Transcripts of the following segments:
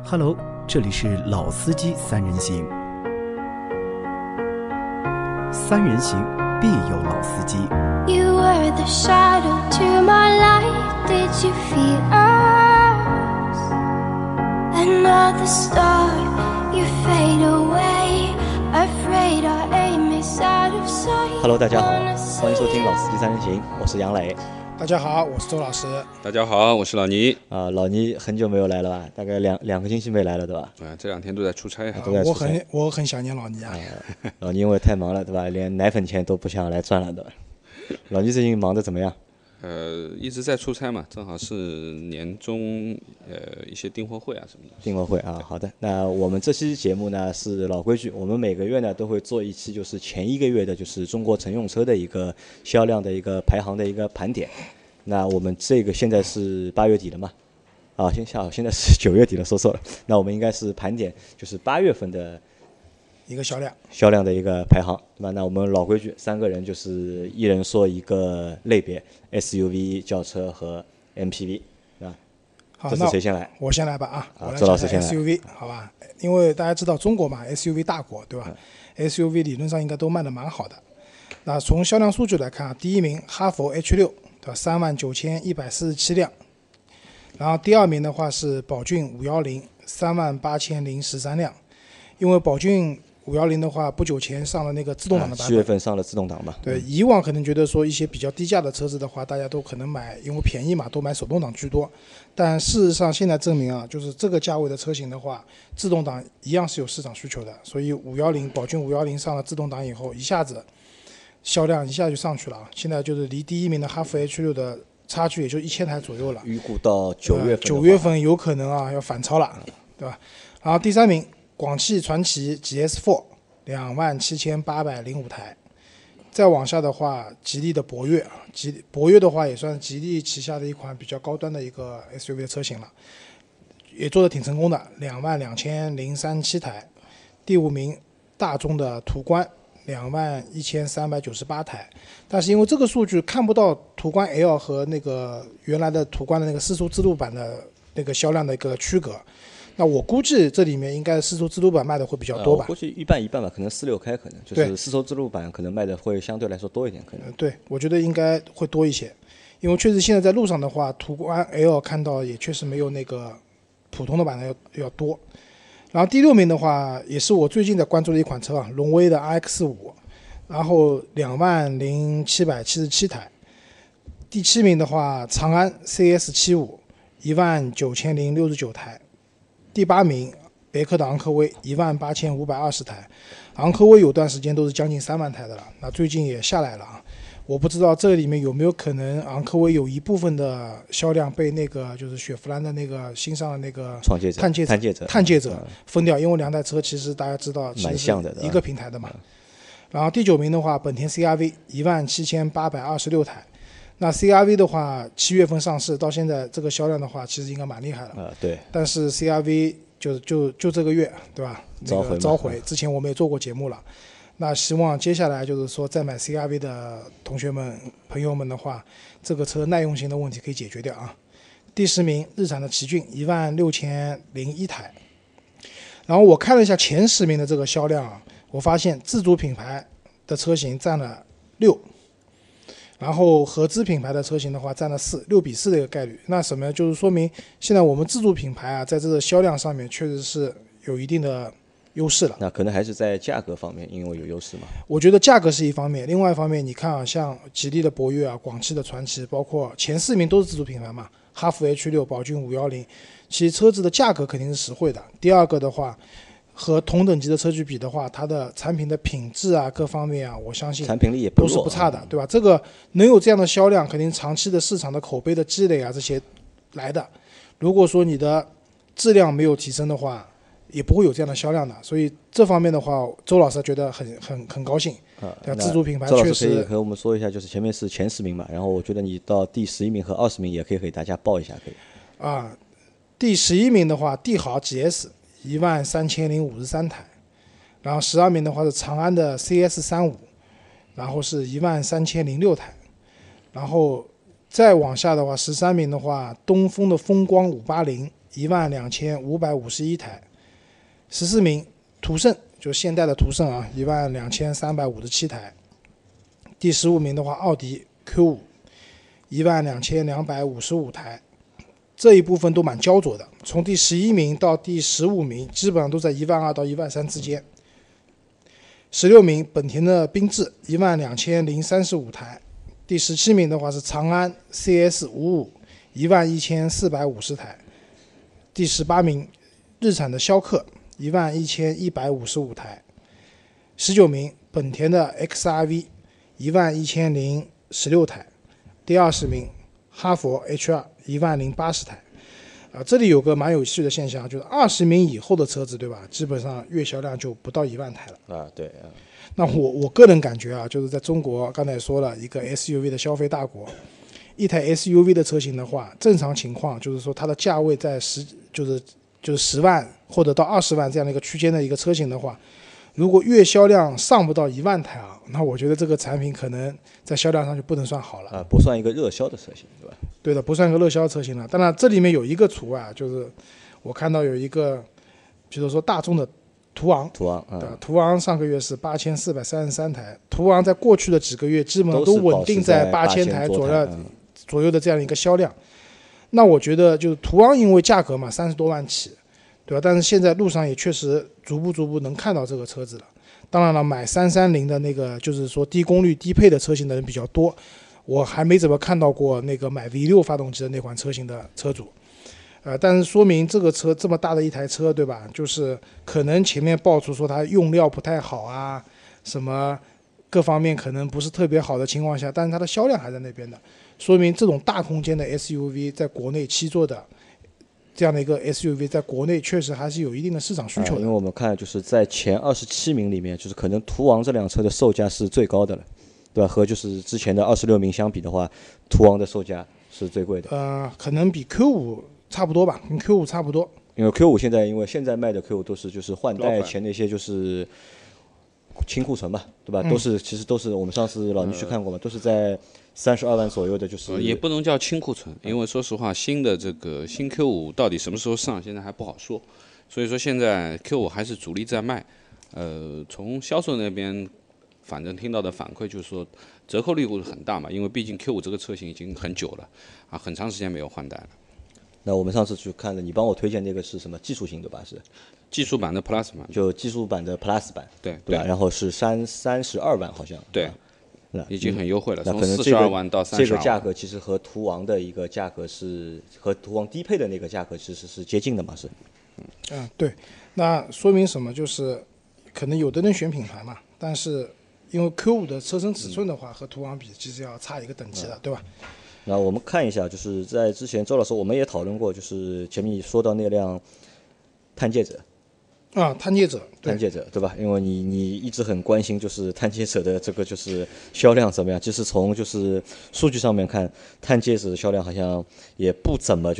Hello， 这里是老司机三人行，三人行必有老司机。 You were the shadow to my light. Did you feel us? Another star, you fade away. Afraid our aim is out of sight. Hello， 大家好，欢迎收听老司机三人行，我是杨磊。 大家好，我是周老师。 大家好，我是老倪。 老倪很久没有来了吧？大概两个星期没来了，对吧？ 这两天都在出差， 都在出差。 我很想念老倪啊。 老倪因为太忙了，对吧？连奶粉钱都不想来赚了，对吧？老倪最近忙得怎么样？ 一直在出差嘛，正好是年终一些订货会啊什么的。 订货会啊，好的。那我们这期节目呢是老规矩，我们每个月呢都会做一期，就是前一个月的，就是中国乘用车的一个销量的一个排行的一个盘点。那我们这个现在是8月底了嘛？现在是9月底了，说错了。那我们应该是盘点，就是8月份的一个销量的一个排行，对吧？那我们老规矩，3个人就是一人说一个类别 ，SUV、轿车和 MPV， 啊。 好， 这次谁先来？ 我先来吧啊！ 周老师先来。 SUV 好吧，因为大家知道中国嘛 ，SUV 大国，对吧？SUV 理论上应该都卖得蛮好的。那从销量数据来看，第一名哈弗 H6， 对吧？39,147辆。然后第二名的话是宝骏510， 38,013辆。因为宝骏510的话，不久前上了那个自动挡的版本， 7月份上了自动挡嘛。 对，以往可能觉得说一些比较低价的车子的话，大家都可能买，因为便宜嘛，都买手动挡居多。但事实上现在证明啊，就是这个价位的车型的话，自动挡一样是有市场需求的。所以宝骏510上了自动挡以后，一下子销量一下就上去了啊！现在就是离第一名的哈弗 H6 的差距也就1000台左右了。 预估到9 月份有可能啊要反超了，对吧？然后第三名。广汽传祺 GS4 27,805台，再往下的话，吉利的博越，博越的话也算是吉利旗下的一款比较高端的一个 SUV 的车型了，也做得挺成功的，22,037台。第5名大众的途观21,398台，但是因为这个数据看不到途观 L 和那个原来的途观的那个4速自动版的那个销量的一个区隔。那我估计这里面应该4速自动版卖的会比较多吧？ 我估计一半一半吧，可能4、6开，可能就是4速自动版可能卖的会相对来说多一点，可能。 对，我觉得应该会多一些，因为确实现在在路上的话，途观 L 看到也确实没有那个普通的版的要多。然后第6名的话，也是我最近在关注的一款车啊，荣威的 RX5， 然后20,777台。第7名的话，长安 CS75 19,069台。第8名，别克的昂科威18,520台，昂科威有段时间都是将近3万台的了，那最近也下来了啊。我不知道这里面有没有可能昂科威有一部分的销量被那个就是雪佛兰的那个新上的那个探界者分掉，因为2台车其实大家知道蛮像的， 一个平台的嘛。然后第9名的话，本田 CR-V 17,826台。那 CR-V 的话，7月份上市到现在这个销量的话，其实应该蛮厉害了。 对。 但是 CR-V 就这个月，对吧？召回之前我们也做过节目了。那希望接下来就是说，再买 CR-V 的同学们、朋友们的话，这个车耐用性的问题可以解决掉啊。第10名，日产的奇骏16,001台。然后我看了一下前10名的这个销量啊，我发现自主品牌的车型占了6。然后合资品牌的车型的话占了4，6比4的一个概率。那什么呢？就是说明现在我们自主品牌啊，在这个销量上面确实是有一定的优势了。 那可能还是在价格方面，因为有优势嘛。 我觉得价格是一方面，另外一方面你看啊，像吉利的博越啊、广汽的传祺，包括前4名都是自主品牌嘛，哈弗 H6、宝骏510，其实车子的价格肯定是实惠的。第二个的话，和同等级的车去比的话，它的产品的品质啊，各方面啊，我相信产品力也都是不差的，对吧？这个能有这样的销量，肯定长期的市场的口碑的积累啊，这些来的。如果说你的质量没有提升的话，也不会有这样的销量的。所以这方面的话，周老师觉得很高兴。对吧？自主品牌确实。 周老师可以和我们说一下，就是前面是前10名嘛，然后我觉得你到第11名和20名也可以给大家报一下，可以。 第11名的话，帝豪 GS。13,053台，然后12名的话是长安的 CS35， 然后是13,006台，然后再往下的话，13名的话，东风的风光580 12551台；14名途胜，就是现代的途胜啊，12357台；第15名的话，奥迪 Q5，12255台。这一部分都蛮焦灼的，从第11名到第15名，基本上都在12000到13000之间。16名本田的缤智12035台，第17名的话是长安 CS55，11450台。第18名日产的逍客11155台。19名本田的 XRV11016台。第20名哈弗 H2 10080台。这里有个蛮有趣的现象，就是20名以后的车子，对吧？基本上月销量就不到1万台了。 对。 那我个人感觉啊，就是在中国，刚才也说了一个 SUV 的消费大国，一台 SUV 的车型的话，正常情况就是说它的价位在就是10万或者到20万这样的一个区间的一个车型的话，如果月销量上不到1万台啊，那我觉得这个产品可能在销量上就不能算好了。 不算一个热销的车型，对吧？ 对的，不算一个热销车型了。当然，这里面有一个除外，就是我看到有一个，比如说大众的途昂，途昂上个月是8433台，途昂在过去的几个月基本上都稳定在8000台左右的这样一个销量。那我觉得就是途昂因为价格嘛30多万起，对吧？但是现在路上也确实逐步能看到这个车子了。当然了，买330的那个就是说低功率低配的车型的人比较多，我还没怎么看到过那个买 V6 发动机的那款车型的车主。但是说明这个车这么大的一台车，对吧？就是可能前面爆出说它用料不太好啊，什么各方面可能不是特别好的情况下，但是它的销量还在那边的，说明这种大空间的 SUV 在国内7座的这样的一个 SUV 在国内确实还是有一定的市场需求的。 因为我们看就是在前27名里面，就是可能途昂这辆车的售价是最高的了，对吧？和就是之前的26名相比的话，途昂的售价是最贵的。 可能比 Q5 差不多吧，跟 Q5 差不多。 因为 Q5 因为现在卖的 Q5 都是就是换代前那些就是轻库存嘛，对吧？其实都是我们上次老倪去看过嘛，都是在32万左右的，就是也不能叫轻库存，因为说实话，新的这个新 Q5 到底什么时候上，现在还不好说。所以说现在 Q5 还是主力在卖。从销售那边，反正听到的反馈就是说折扣力度很大嘛，因为毕竟 Q5 这个车型已经很久了啊，很长时间没有换代了。 那我们上次去看了，你帮我推荐那个是什么技术型的吧？是技术版的 Plus 版， 就技术版的 Plus 版， 对吧？然后是32万好像， 对，已经很优惠了，从 42 万到32万。 这个价格其实和途昂的一个价格是和途昂低配的那个价格其实是接近的嘛？是。 对，那说明什么？就是可能有的人选品牌嘛，但是因为 Q5 的车身尺寸的话，和途昂比其实要差一个等级的，对吧？ 那我们看一下，就是在之前周老师我们也讨论过，就是前面说到那辆探界者探界者对吧？因为你一直很关心就是探界者的这个就是销量怎么样，其实从就是数据上面看，探界者的销量好像也不怎么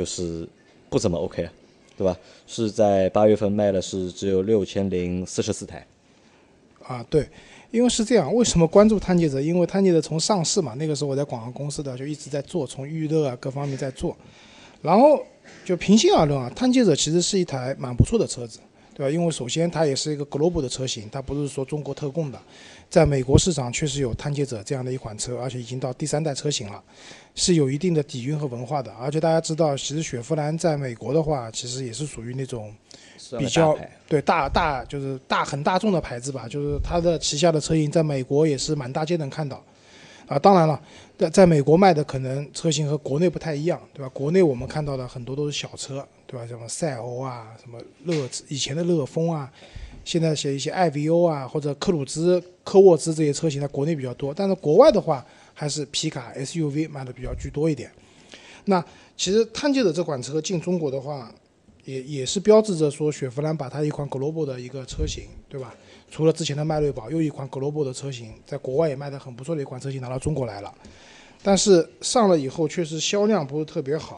OK， 对吧？是在8月份卖了是只有6044台。 对。因为是这样，为什么关注探界者？因为探界者从上市嘛，那个时候我在广告公司的就一直在做，从预热啊各方面在做。然后就平心而论啊，探界者其实是一台蛮不错的车子，对吧？因为首先它也是一个 global 的车型，它不是说中国特供的，在美国市场确实有探界者这样的一款车，而且已经到第3代车型了，是有一定的底蕴和文化的。而且大家知道，其实雪佛兰在美国的话，其实也是属于那种比较对大就是很大众的牌子吧，就是它的旗下的车型在美国也是满大街能看到。当然了，在美国卖的可能车型和国内不太一样，对吧？国内我们看到的很多都是小车，对吧？什么赛欧啊，什么以前的乐风啊，现在写一些艾维欧啊，或者科沃兹这些车型在国内比较多，但是国外的话还是皮卡 SUV 卖的比较居多一点。那其实探界者这款车进中国的话，也是标志着说雪佛兰把它一款 global 的一个车型，对吧？除了之前的迈锐宝，又一款 global 的车型，在国外也卖得很不错的一款车型拿到中国来了。但是上了以后确实销量不是特别好。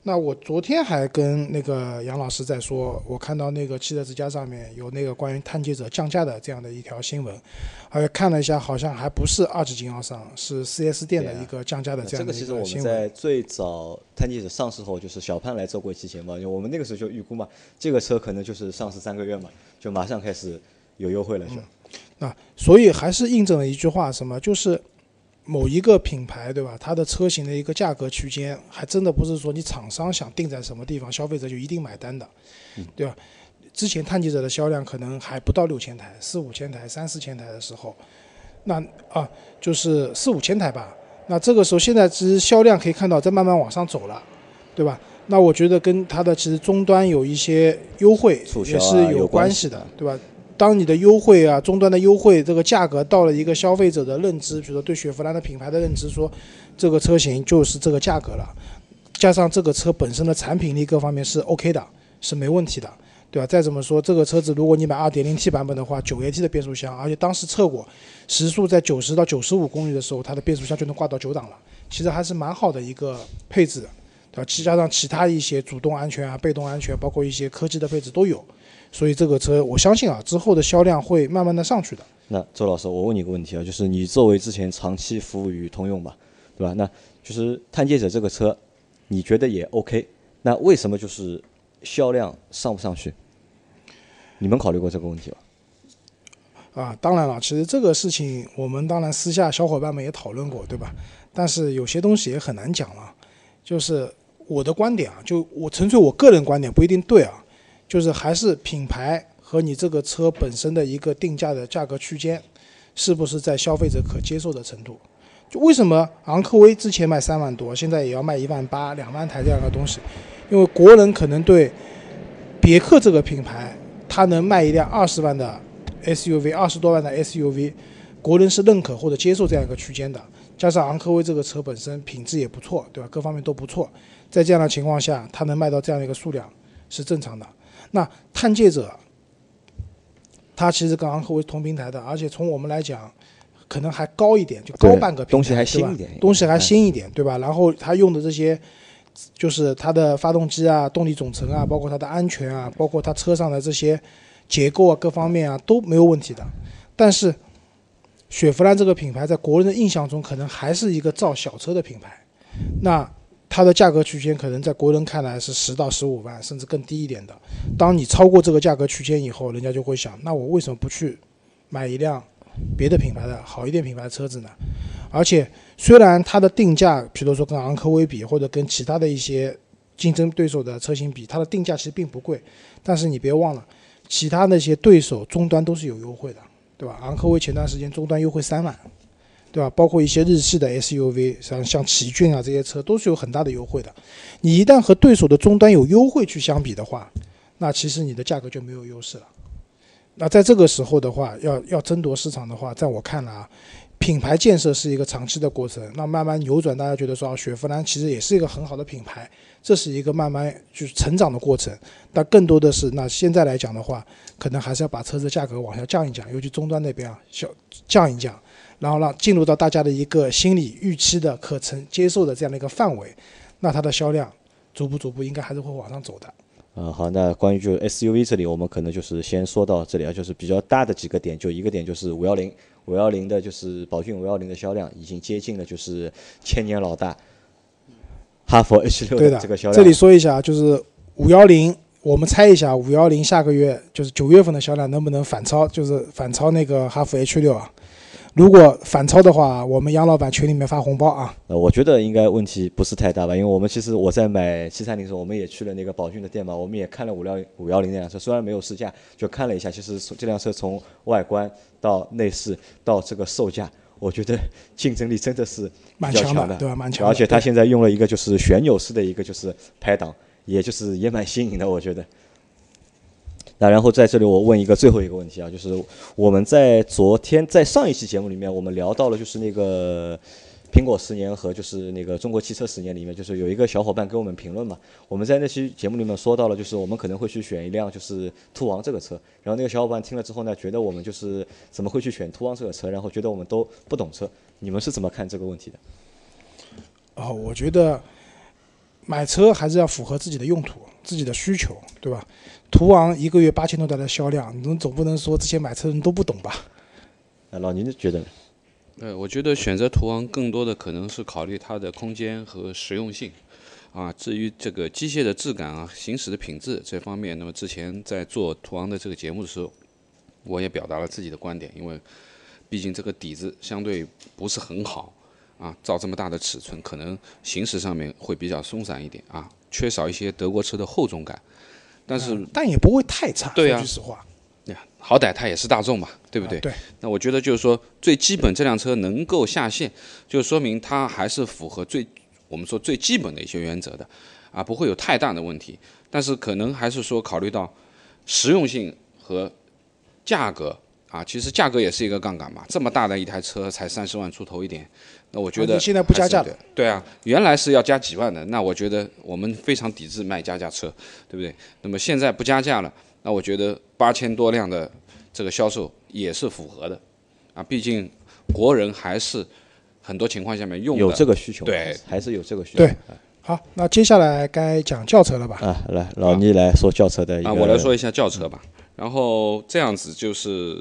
那我昨天还跟那个杨老师在说，我看到那个汽车之家上面有那个关于探界者降价的这样的一条新闻，还看了一下，好像还不是2级经销商，是 4S 店的一个降价的这样的一个新闻。 这个其实我们在最早探界者上市后，就是小潘来做过一期节目，就我们那个时候就预估嘛，这个车可能就是上市3个月嘛，就马上开始有优惠了就。 那所以还是印证了一句话，什么就是某一个品牌，对吧？它的车型的一个价格区间，还真的不是说你厂商想定在什么地方，消费者就一定买单的，对吧？之前探界者的销量可能还不到6000台，4、5千台、3、4千台的时候，那就是4、5千台吧。那这个时候现在其实销量可以看到在慢慢往上走了，对吧？那我觉得跟它的其实终端有一些优惠也是有关系的，对吧？当你的优惠啊，终端的优惠，这个价格到了一个消费者的认知，比如说对雪佛兰的品牌的认知，说这个车型就是这个价格了，加上这个车本身的产品力各方面是 OK 的，是没问题的，对吧？再怎么说，这个车子如果你买 2.0T 版本的话，9AT 的变速箱，而且当时测过，时速在90到95公里的时候，它的变速箱就能挂到9档了，其实还是蛮好的一个配置的，对吧？加上其他一些主动安全啊、被动安全，包括一些科技的配置都有。所以这个车我相信之后的销量会慢慢的上去的。 那周老师，我问你一个问题就是你作为之前长期服务于通用嘛，对吧？那就是探界者这个车，你觉得也 OK， 那为什么就是销量上不上去？你们考虑过这个问题吗？ 当然了，其实这个事情我们当然私下小伙伴们也讨论过，对吧？但是有些东西也很难讲了。就是我的观点就我纯粹我个人观点不一定对就是还是品牌和你这个车本身的一个定价的价格区间，是不是在消费者可接受的程度？就为什么昂科威之前卖3万多，现在也要卖18000、2万台这样的东西？因为国人可能对别克这个品牌，它能卖一辆20万的 SUV、20多万的 SUV， 国人是认可或者接受这样一个区间的。加上昂科威这个车本身品质也不错，对吧？各方面都不错，在这样的情况下，它能卖到这样的一个数量是正常的。那探界者，它其实跟昂科威同平台的，而且从我们来讲，可能还高一点，就高半个平台， 东西还新一点， 东西还新一点，对吧？然后它用的这些，就是它的发动机啊、动力总成啊，包括它的安全啊，包括它车上的这些结构啊、各方面啊都没有问题的。但是雪佛兰这个品牌在国人的印象中，可能还是一个造小车的品牌，那它的价格区间可能在国人看来是10到15万，甚至更低一点的。当你超过这个价格区间以后，人家就会想，那我为什么不去买一辆别的品牌的好一点品牌的车子呢？而且虽然它的定价，比如说跟昂科威比，或者跟其他的一些竞争对手的车型比，它的定价其实并不贵，但是你别忘了，其他那些对手终端都是有优惠的，对吧？昂科威前段时间终端优惠3万。对吧？包括一些日系的 SUV， 像奇骏啊这些车都是有很大的优惠的。你一旦和对手的终端有优惠去相比的话，那其实你的价格就没有优势了。那在这个时候的话，要争夺市场的话，在我看来品牌建设是一个长期的过程。那慢慢扭转，大家觉得说雪佛兰其实也是一个很好的品牌，这是一个慢慢就是成长的过程。但更多的是，那现在来讲的话，可能还是要把车子价格往下降一降，尤其终端那边降一降。然后让进入到大家的一个心理预期的可接受的这样的一个范围，那它的销量逐步应该还是会往上走的。 好，那关于就 SUV 这里，我们可能就是先说到这里就是比较大的几个点，就一个点就是510的，就是宝骏510的销量已经接近了就是千年老大哈弗 H6 的这个销量。 这里说一下，就是510，我们猜一下510下个月就是9月份的销量能不能反超，就是反超那个哈弗 H6 如果反超的话，我们杨老板群里面发红包我觉得应该问题不是太大吧，因为我们其实我在买730的时候，我们也去了那个宝骏的店嘛，我们也看了510那辆车，虽然没有试驾，就看了一下，其实这辆车从外观到内饰到这个售价，我觉得竞争力真的是比较强的， 对吧？蛮强的。 而且它现在用了一个就是旋钮式的一个就是排档，也蛮新颖的，我觉得。那然后在这里我问一个最后一个问题就是我们在上一期节目里面我们聊到了就是那个苹果10年和就是那个中国汽车10年里面，就是有一个小伙伴给我们评论嘛，我们在那期节目里面说到了，就是我们可能会去选一辆就是途昂这个车，然后那个小伙伴听了之后呢，觉得我们就是怎么会去选途昂这个车，然后觉得我们都不懂车，你们是怎么看这个问题的？ 我觉得买车还是要符合自己的用途、自己的需求，对吧？途昂1个月8000多台的销量，你总不能说这些买车人都不懂吧？ 老倪觉得呢？ 我觉得选择途昂更多的可能是考虑它的空间和实用性。至于这个机械的质感啊、行驶的品质这方面，那么之前在做途昂的这个节目的时候，我也表达了自己的观点，因为毕竟这个底子相对不是很好造这么大的尺寸，可能行驶上面会比较松散一点缺少一些德国车的厚重感。 但也不会太差， 对啊， 说句实话， 好歹它也是大众嘛，对不对？ 对。 那我觉得就是说，最基本这辆车能够下线，就说明它还是符合我们说最基本的一些原则的不会有太大的问题。但是可能还是说考虑到实用性和价格其实价格也是一个杠杆嘛，这么大的一台车才30万出头一点，那我觉得现在不加价的， 对啊，原来是要加几万的，那我觉得我们非常抵制卖加价车，对不对？那么现在不加价了，那我觉得8000多辆的这个销售也是符合的毕竟国人还是很多情况下面用的有这个需求， 对， 还是有这个需求。 对，好，那接下来该讲轿车了吧？ 来，老倪来说轿车的一个我来说一下轿车吧。然后这样子就是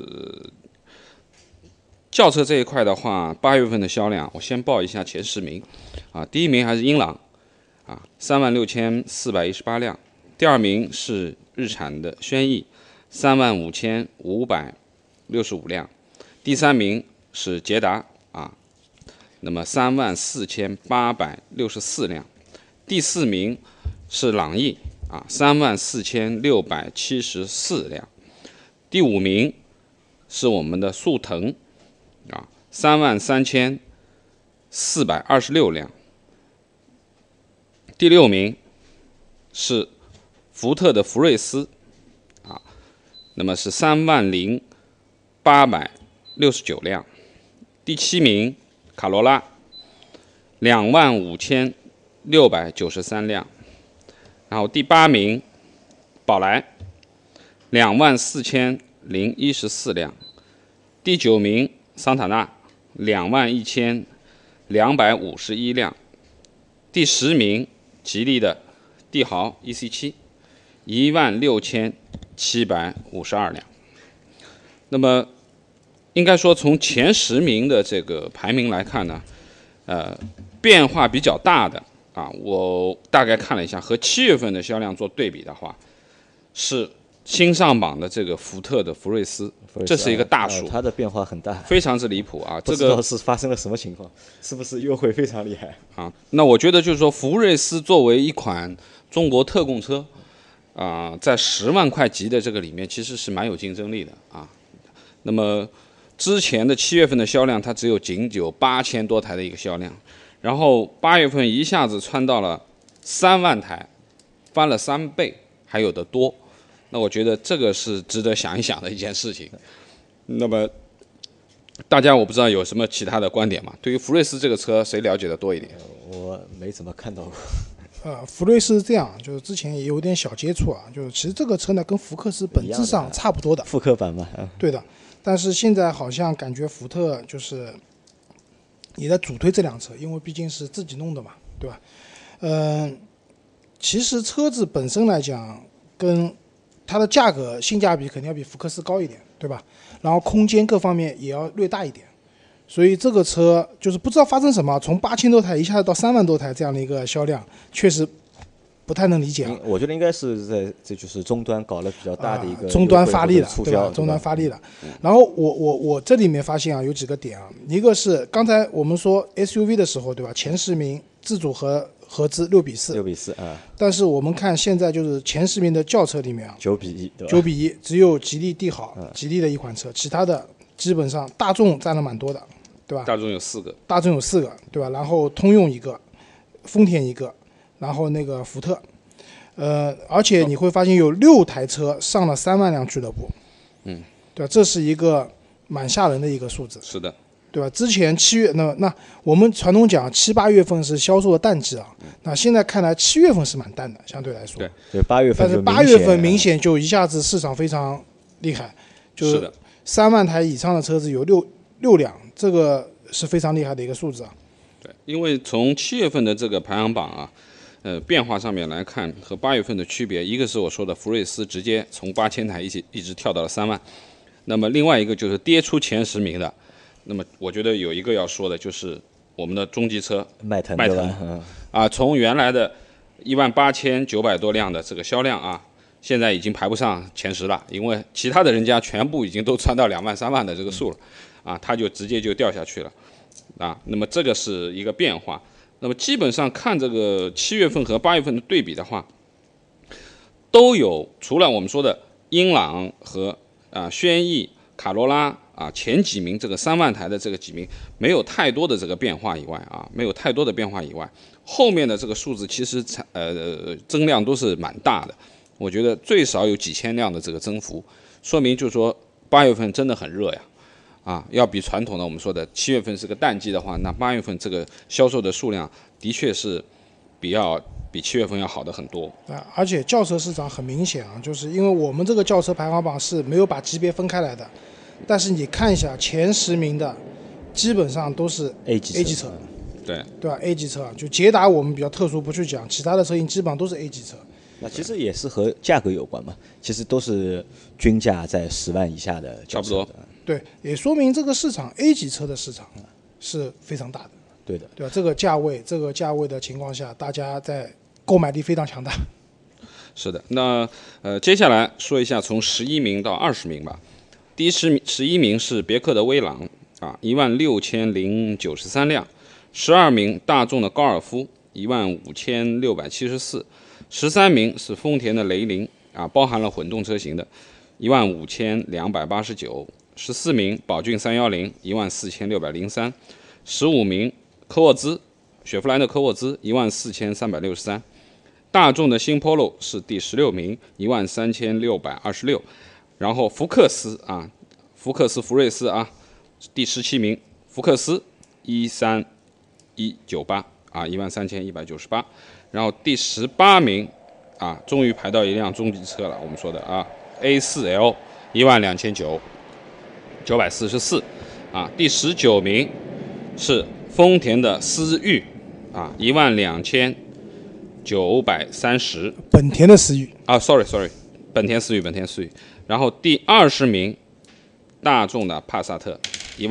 轿车这一块的话，8月份的销量，我先报一下前10名第一名还是英朗36418辆，第二名是日产的轩逸35565辆，第三名是捷达那么34864辆，第四名是朗逸34674辆，第五名是我们的速腾33426辆，第六名是福特的福睿斯那么是30869辆，第七名卡罗拉25693辆，然后第八名宝来24014辆，第九名桑塔纳21251辆，第10名吉利的帝豪 EC7 16752辆。那么应该说从前10名的这个排名来看呢变化比较大的我大概看了一下，和7月份的销量做对比的话，是新上榜的这个福特的福睿斯，这是一个大数， 它的变化很大， 非常之离谱不知道是发生了什么情况，是不是优惠非常厉害那我觉得就是说，福睿斯作为一款中国特供车在10万块级的这个里面，其实是蛮有竞争力的那么之前的7月份的销量，它仅有8000多台的一个销量，然后8月份一下子窜到了3万台，翻了3倍，还有的多。那我觉得这个是值得想一想的一件事情。那么大家我不知道有什么其他的观点吗？对于福睿斯这个车，谁了解的多一点？ 我没怎么看到过。 福睿斯是这样，就是之前也有点小接触就是其实这个车呢跟福克斯本质上差不多的， 复刻版嘛。 对的，但是现在好像感觉福特就是也在主推这辆车，因为毕竟是自己弄的嘛，对吧？其实车子本身来讲，跟它的价格性价比肯定要比福克斯高一点，对吧？然后空间各方面也要略大一点，所以这个车就是不知道发生什么，从8000多台一下子到3万多台这样的一个销量，确实不太能理解我觉得应该是在这就是终端搞了比较大的一个终端发力了， 对吧？ 终端发力了。然后我这里面发现有几个点一个是刚才我们说 SUV 的时候，对吧？前10名自主和合资6比4，6 比4 但是我们看现在就是前10名的轿车里面 9比1，对吧？ 9比1，只有吉利帝豪，吉利的一款车，其他的基本上大众占了蛮多的，对吧？ 大众有4个， 对吧？然后通用1个，丰田1个，然后那个福特，而且你会发现有6台车上了3万辆俱乐部，对吧？这是一个蛮吓人的一个数字， 是的。 对吧？之前7月那我们传统讲7、8月份是销售的淡季那现在看来7月份是蛮淡的，相对来说。 对8月份。 但是8月份明显就一下子市场非常厉害，就是3万台以上的车子有6辆，这个是非常厉害的一个数字对，因为从7月份的这个排行榜变化上面来看和8月份的区别，一个是我说的福睿斯直接从8000台一直跳到了3万，那么另外一个就是跌出前10名的。那么我觉得有一个要说的就是我们的中级车迈腾从原来的18900多辆的这个销量啊，现在已经排不上前10了，因为其他的人家全部已经都窜到2万3万的这个数了啊，它就直接就掉下去了啊。那么这个是一个变化。那么基本上看这个7月份和8月份的对比的话，都有除了我们说的英朗和轩逸、卡罗拉前几名这个3万台的这个几名没有太多的这个变化以外后面的这个数字其实增量都是蛮大的，我觉得最少有几千辆的这个增幅，说明就是说8月份真的很热呀。要比传统的我们说的7月份是个淡季的话，那8月份这个销售的数量的确是比7月份要好的很多。 而且轿车市场很明显就是因为我们这个轿车排行榜是没有把级别分开来的，但是你看一下前10名的，基本上都是 A 级车， 对吧 ？A 级车就捷达我们比较特殊不去讲，其他的车型基本上都是 A 级车。 那其实也是和价格有关嘛，其实都是均价在10万以下的轿车， 差不多。 对，也说明这个市场 A 级车的市场是非常大的。 对的， 对吧？这个价位的情况下，大家在购买力非常强大。 是的，那接下来说一下从11名到20名吧。第11名是别克的威朗16093辆，12名大众的高尔夫15674， 13名是丰田的雷凌包含了混动车型的15289。14名宝骏310 14603， 15名科沃兹雪佛兰的科沃兹14363，大众的新 Polo 是第16名13626，然后福克斯福睿斯第17名，福克斯1319813198，然后第18名终于排到一辆中级车了，我们说的A4L 12944，第19名是丰田的思域12930， 本田的思域 sorry， 本田思域，然后第20名大众的帕萨特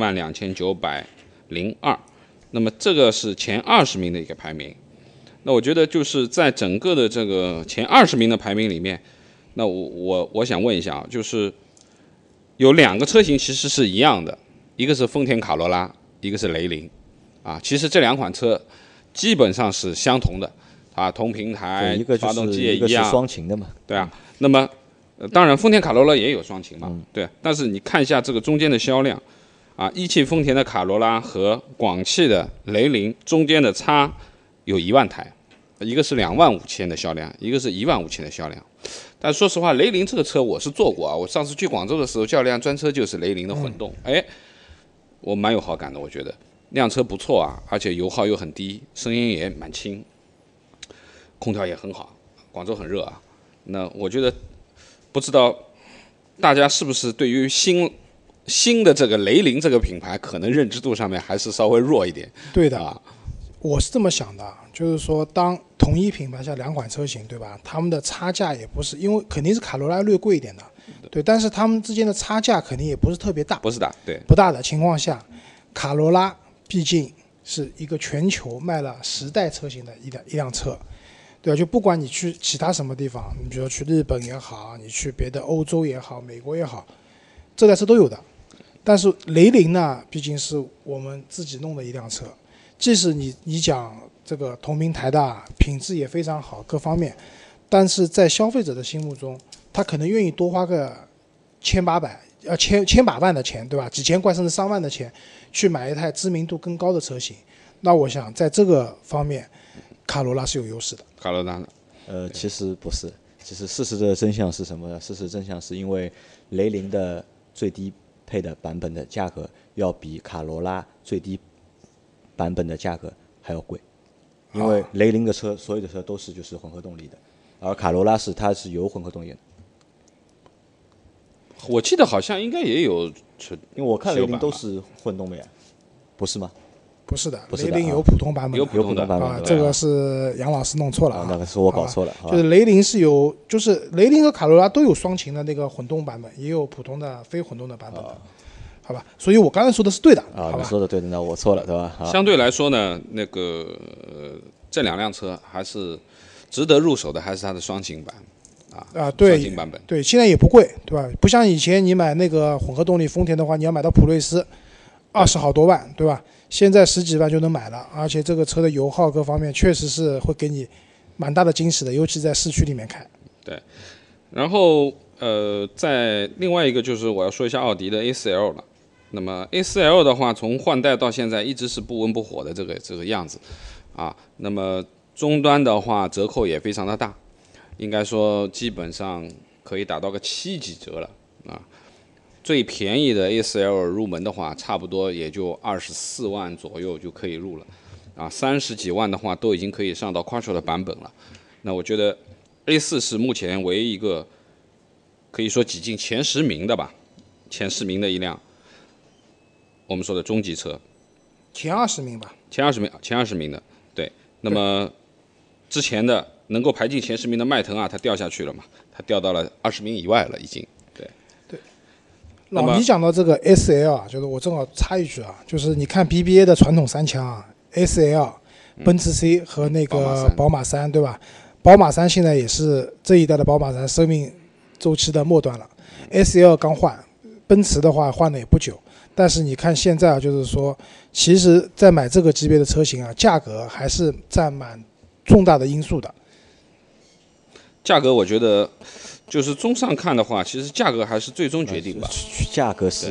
12902，那么这个是前20名的一个排名。那我觉得就是在整个的这个前20名的排名里面，那我想问一下就是有2个车型其实是一样的，一个是丰田卡罗拉，一个是雷凌其实这2款车基本上是相同的同平台，发动机也一样， 一个是双擎的嘛。 对那么当然丰田卡罗拉也有双擎嘛，对，但是你看一下这个中间的销量一汽丰田的卡罗拉和广汽的雷凌中间的差有1万台，一个是25000的销量，一个是15000的销量。但说实话，雷凌这个车我是坐过我上次去广州的时候，叫辆专车就是雷凌的混动，我蛮有好感的，我觉得辆车不错而且油耗又很低，声音也蛮轻，空调也很好，广州很热那我觉得不知道大家是不是对于新的这个雷凌这个品牌可能认知度上面还是稍微弱一点。 对的我是这么想的，就是说当同一品牌下2款车型，对吧？他们的差价也不是，因为肯定是卡罗拉略贵一点的，对，但是他们之间的差价肯定也不是特别大， 不是大，对， 不大的情况下，卡罗拉毕竟是一个全球卖了10代车型的一辆车，对就不管你去其他什么地方，你比如说去日本也好，你去别的欧洲也好，美国也好，这台车都有的。但是雷凌呢，毕竟是我们自己弄的一辆车，即使你讲这个同平台的品质也非常好，各方面，但是在消费者的心目中，他可能愿意多花个千把万的钱，对吧？几千块甚至上万的钱去买一台知名度更高的车型。那我想在这个方面，卡罗拉是有优势的。 卡罗拉其实不是，其实事实的真相是什么呢？事实真相是因为雷凌的最低配的版本的价格要比卡罗拉最低版本的价格还要贵，因为雷凌的车所有的车都是就是混合动力的，而卡罗拉它是有混合动力的。 我记得好像应该也有， 因为我看雷凌都是混动的呀，不是吗？ 不是的， 不是的雷凌有普通版本的， 有普通的版本啊，这个是杨老师弄错了那个是我搞错了， 就是雷凌是有，就是雷凌和卡罗拉都有双擎的那个混动版本，也有普通的非混动的版本的，好吧？所以我刚才说的是对的，好吧？ 你说的对的，那我错了，对吧？ 相对来说呢，那个这两辆车还是值得入手的，还是它的双擎版。 对， 双擎版本对，现在也不贵，对吧？不像以前你买那个混合动力丰田的话，你要买到普锐斯，20好多万，对吧？现在10几万就能买了，而且这个车的油耗各方面确实是会给你蛮大的惊喜的，尤其在市区里面开。 对，然后在另外一个就是我要说一下奥迪的 A4L 了。那么 A4L 的话，从换代到现在一直是不温不火的这个样子啊。那么终端的话折扣也非常的大，应该说基本上可以打到个7几折了啊。最便宜的 A4L 入门的话，差不多也就24万左右就可以入了，啊，30几万的话都已经可以上到 Quattro 的版本了。那我觉得 A4 是目前唯一一个可以说挤进前10名的吧，前10名的一辆我们说的中级车。 前20名吧。 前20名的，对。那么之前的能够排进前10名的迈腾啊，它掉下去了嘛，它掉到了20名以外了已经。 老倪讲到这个 S-L 啊，就是我正好插一句啊，就是你看 BBA 的传统三强啊 ，S-L、奔驰 C 和那个宝马3，对吧？宝马3现在也是这一代的宝马3生命周期的末端了 ，S-L 刚换，奔驰的话换的也不久，但是你看现在啊，就是说，其实在买这个级别的车型啊，价格还是占蛮重大的因素的。 价格我觉得。就是综上看的话，其实价格还是最终决定吧。 价格是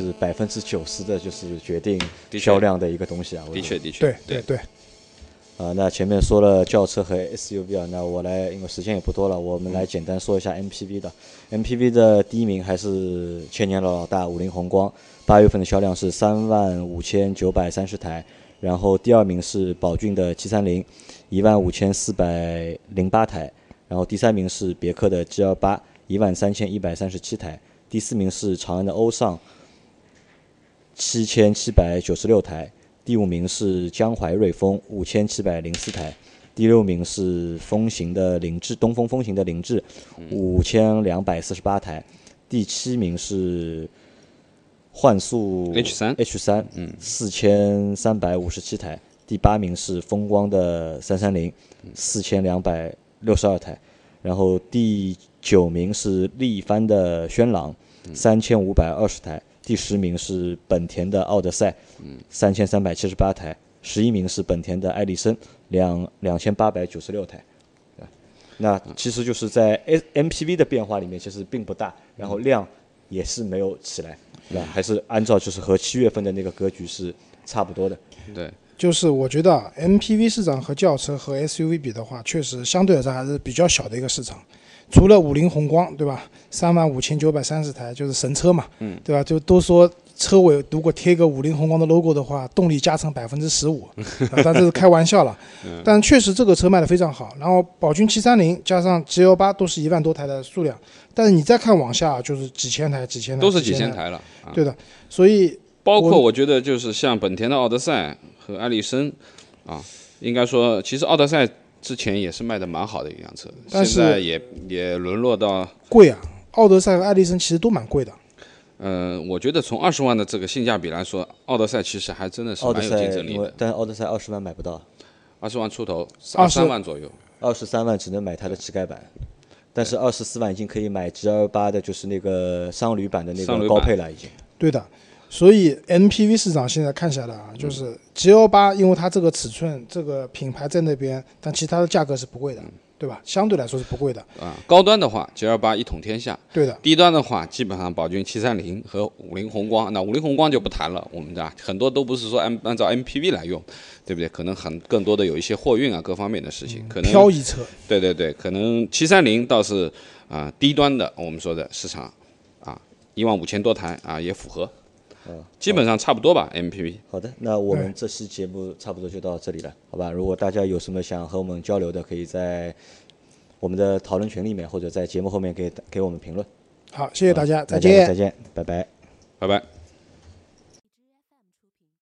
90%的，就是决定销量的一个东西啊。 的确， 对。 那前面说了轿车和 SUV 啊，那我来，因为时间也不多了，我们来简单说一下 MPV 的。MPV 的第一名还是千年老大五菱宏光，8月份的销量是35930台，然后第二名是宝骏的730，15408台，然后第三名是别克的 G28。13137台，第四名是长安的欧尚，7796台，第五名是江淮瑞风5704台，第六名是风行的凌志，东风风行的凌志5248台，第七名是幻速 H3 4357台，第八名是风光的330，4262台，然后第9名是力帆的轩朗，3520台，第10名是本田的奥德赛，3378台，11名是本田的艾力绅，2896台。那其实就是在 MPV 的变化里面其实并不大，然后量也是没有起来，对吧？还是按照就是和7月份的那个格局是差不多的。 对。 就是我觉得 MPV 市场和轿车和 SUV 比的话，确实相对来说还是比较小的一个市场。除了五菱宏光，对吧？35930台就是神车嘛，对吧？就都说车尾如果贴个五菱宏光的 logo 的话，动力加成15%，但这是开玩笑了。但确实这个车卖得非常好。然后宝骏730加上 G18都是1万多台的数量，但是你再看往下就是几千台， 都是几千台了。 对的，所以包括我觉得就是像本田的奥德赛和艾力绅，应该说其实奥德赛之前也是卖的蛮好的一辆车， 但是现在也沦落到贵啊。奥德赛和艾力绅其实都蛮贵的。 我觉得从20万的这个性价比来说，奥德赛其实还真的是蛮有竞争力的。 但是奥德赛20万买不到 ，20万出头，23万左右 ，23万只能买它的乞丐版，但是24万已经可以买 G28的，就是那个商旅版的那个高配了，已经。 对的。所以 MPV 市场现在看下来啊，就是 G18，因为它这个尺寸、这个品牌在那边，但其他的价格是不贵的，对吧？相对来说是不贵的。 高端的话 G28 一统天下， 对的。 低端的话，基本上宝骏730和五菱宏光，那五菱宏光就不谈了，我们很多都不是说按照 MPV 来用，对不对？可能更多的有一些货运啊各方面的事情，可能漂移车。 对，可能730倒是低端的，我们说的市场15000多台也符合。基本上差不多吧 MPV。 好的，那我们这期节目差不多就到这里了，好吧？如果大家有什么想和我们交流的，可以在我们的讨论群里面或者在节目后面给我们评论。 好，谢谢大家，再见， 拜拜。 拜拜。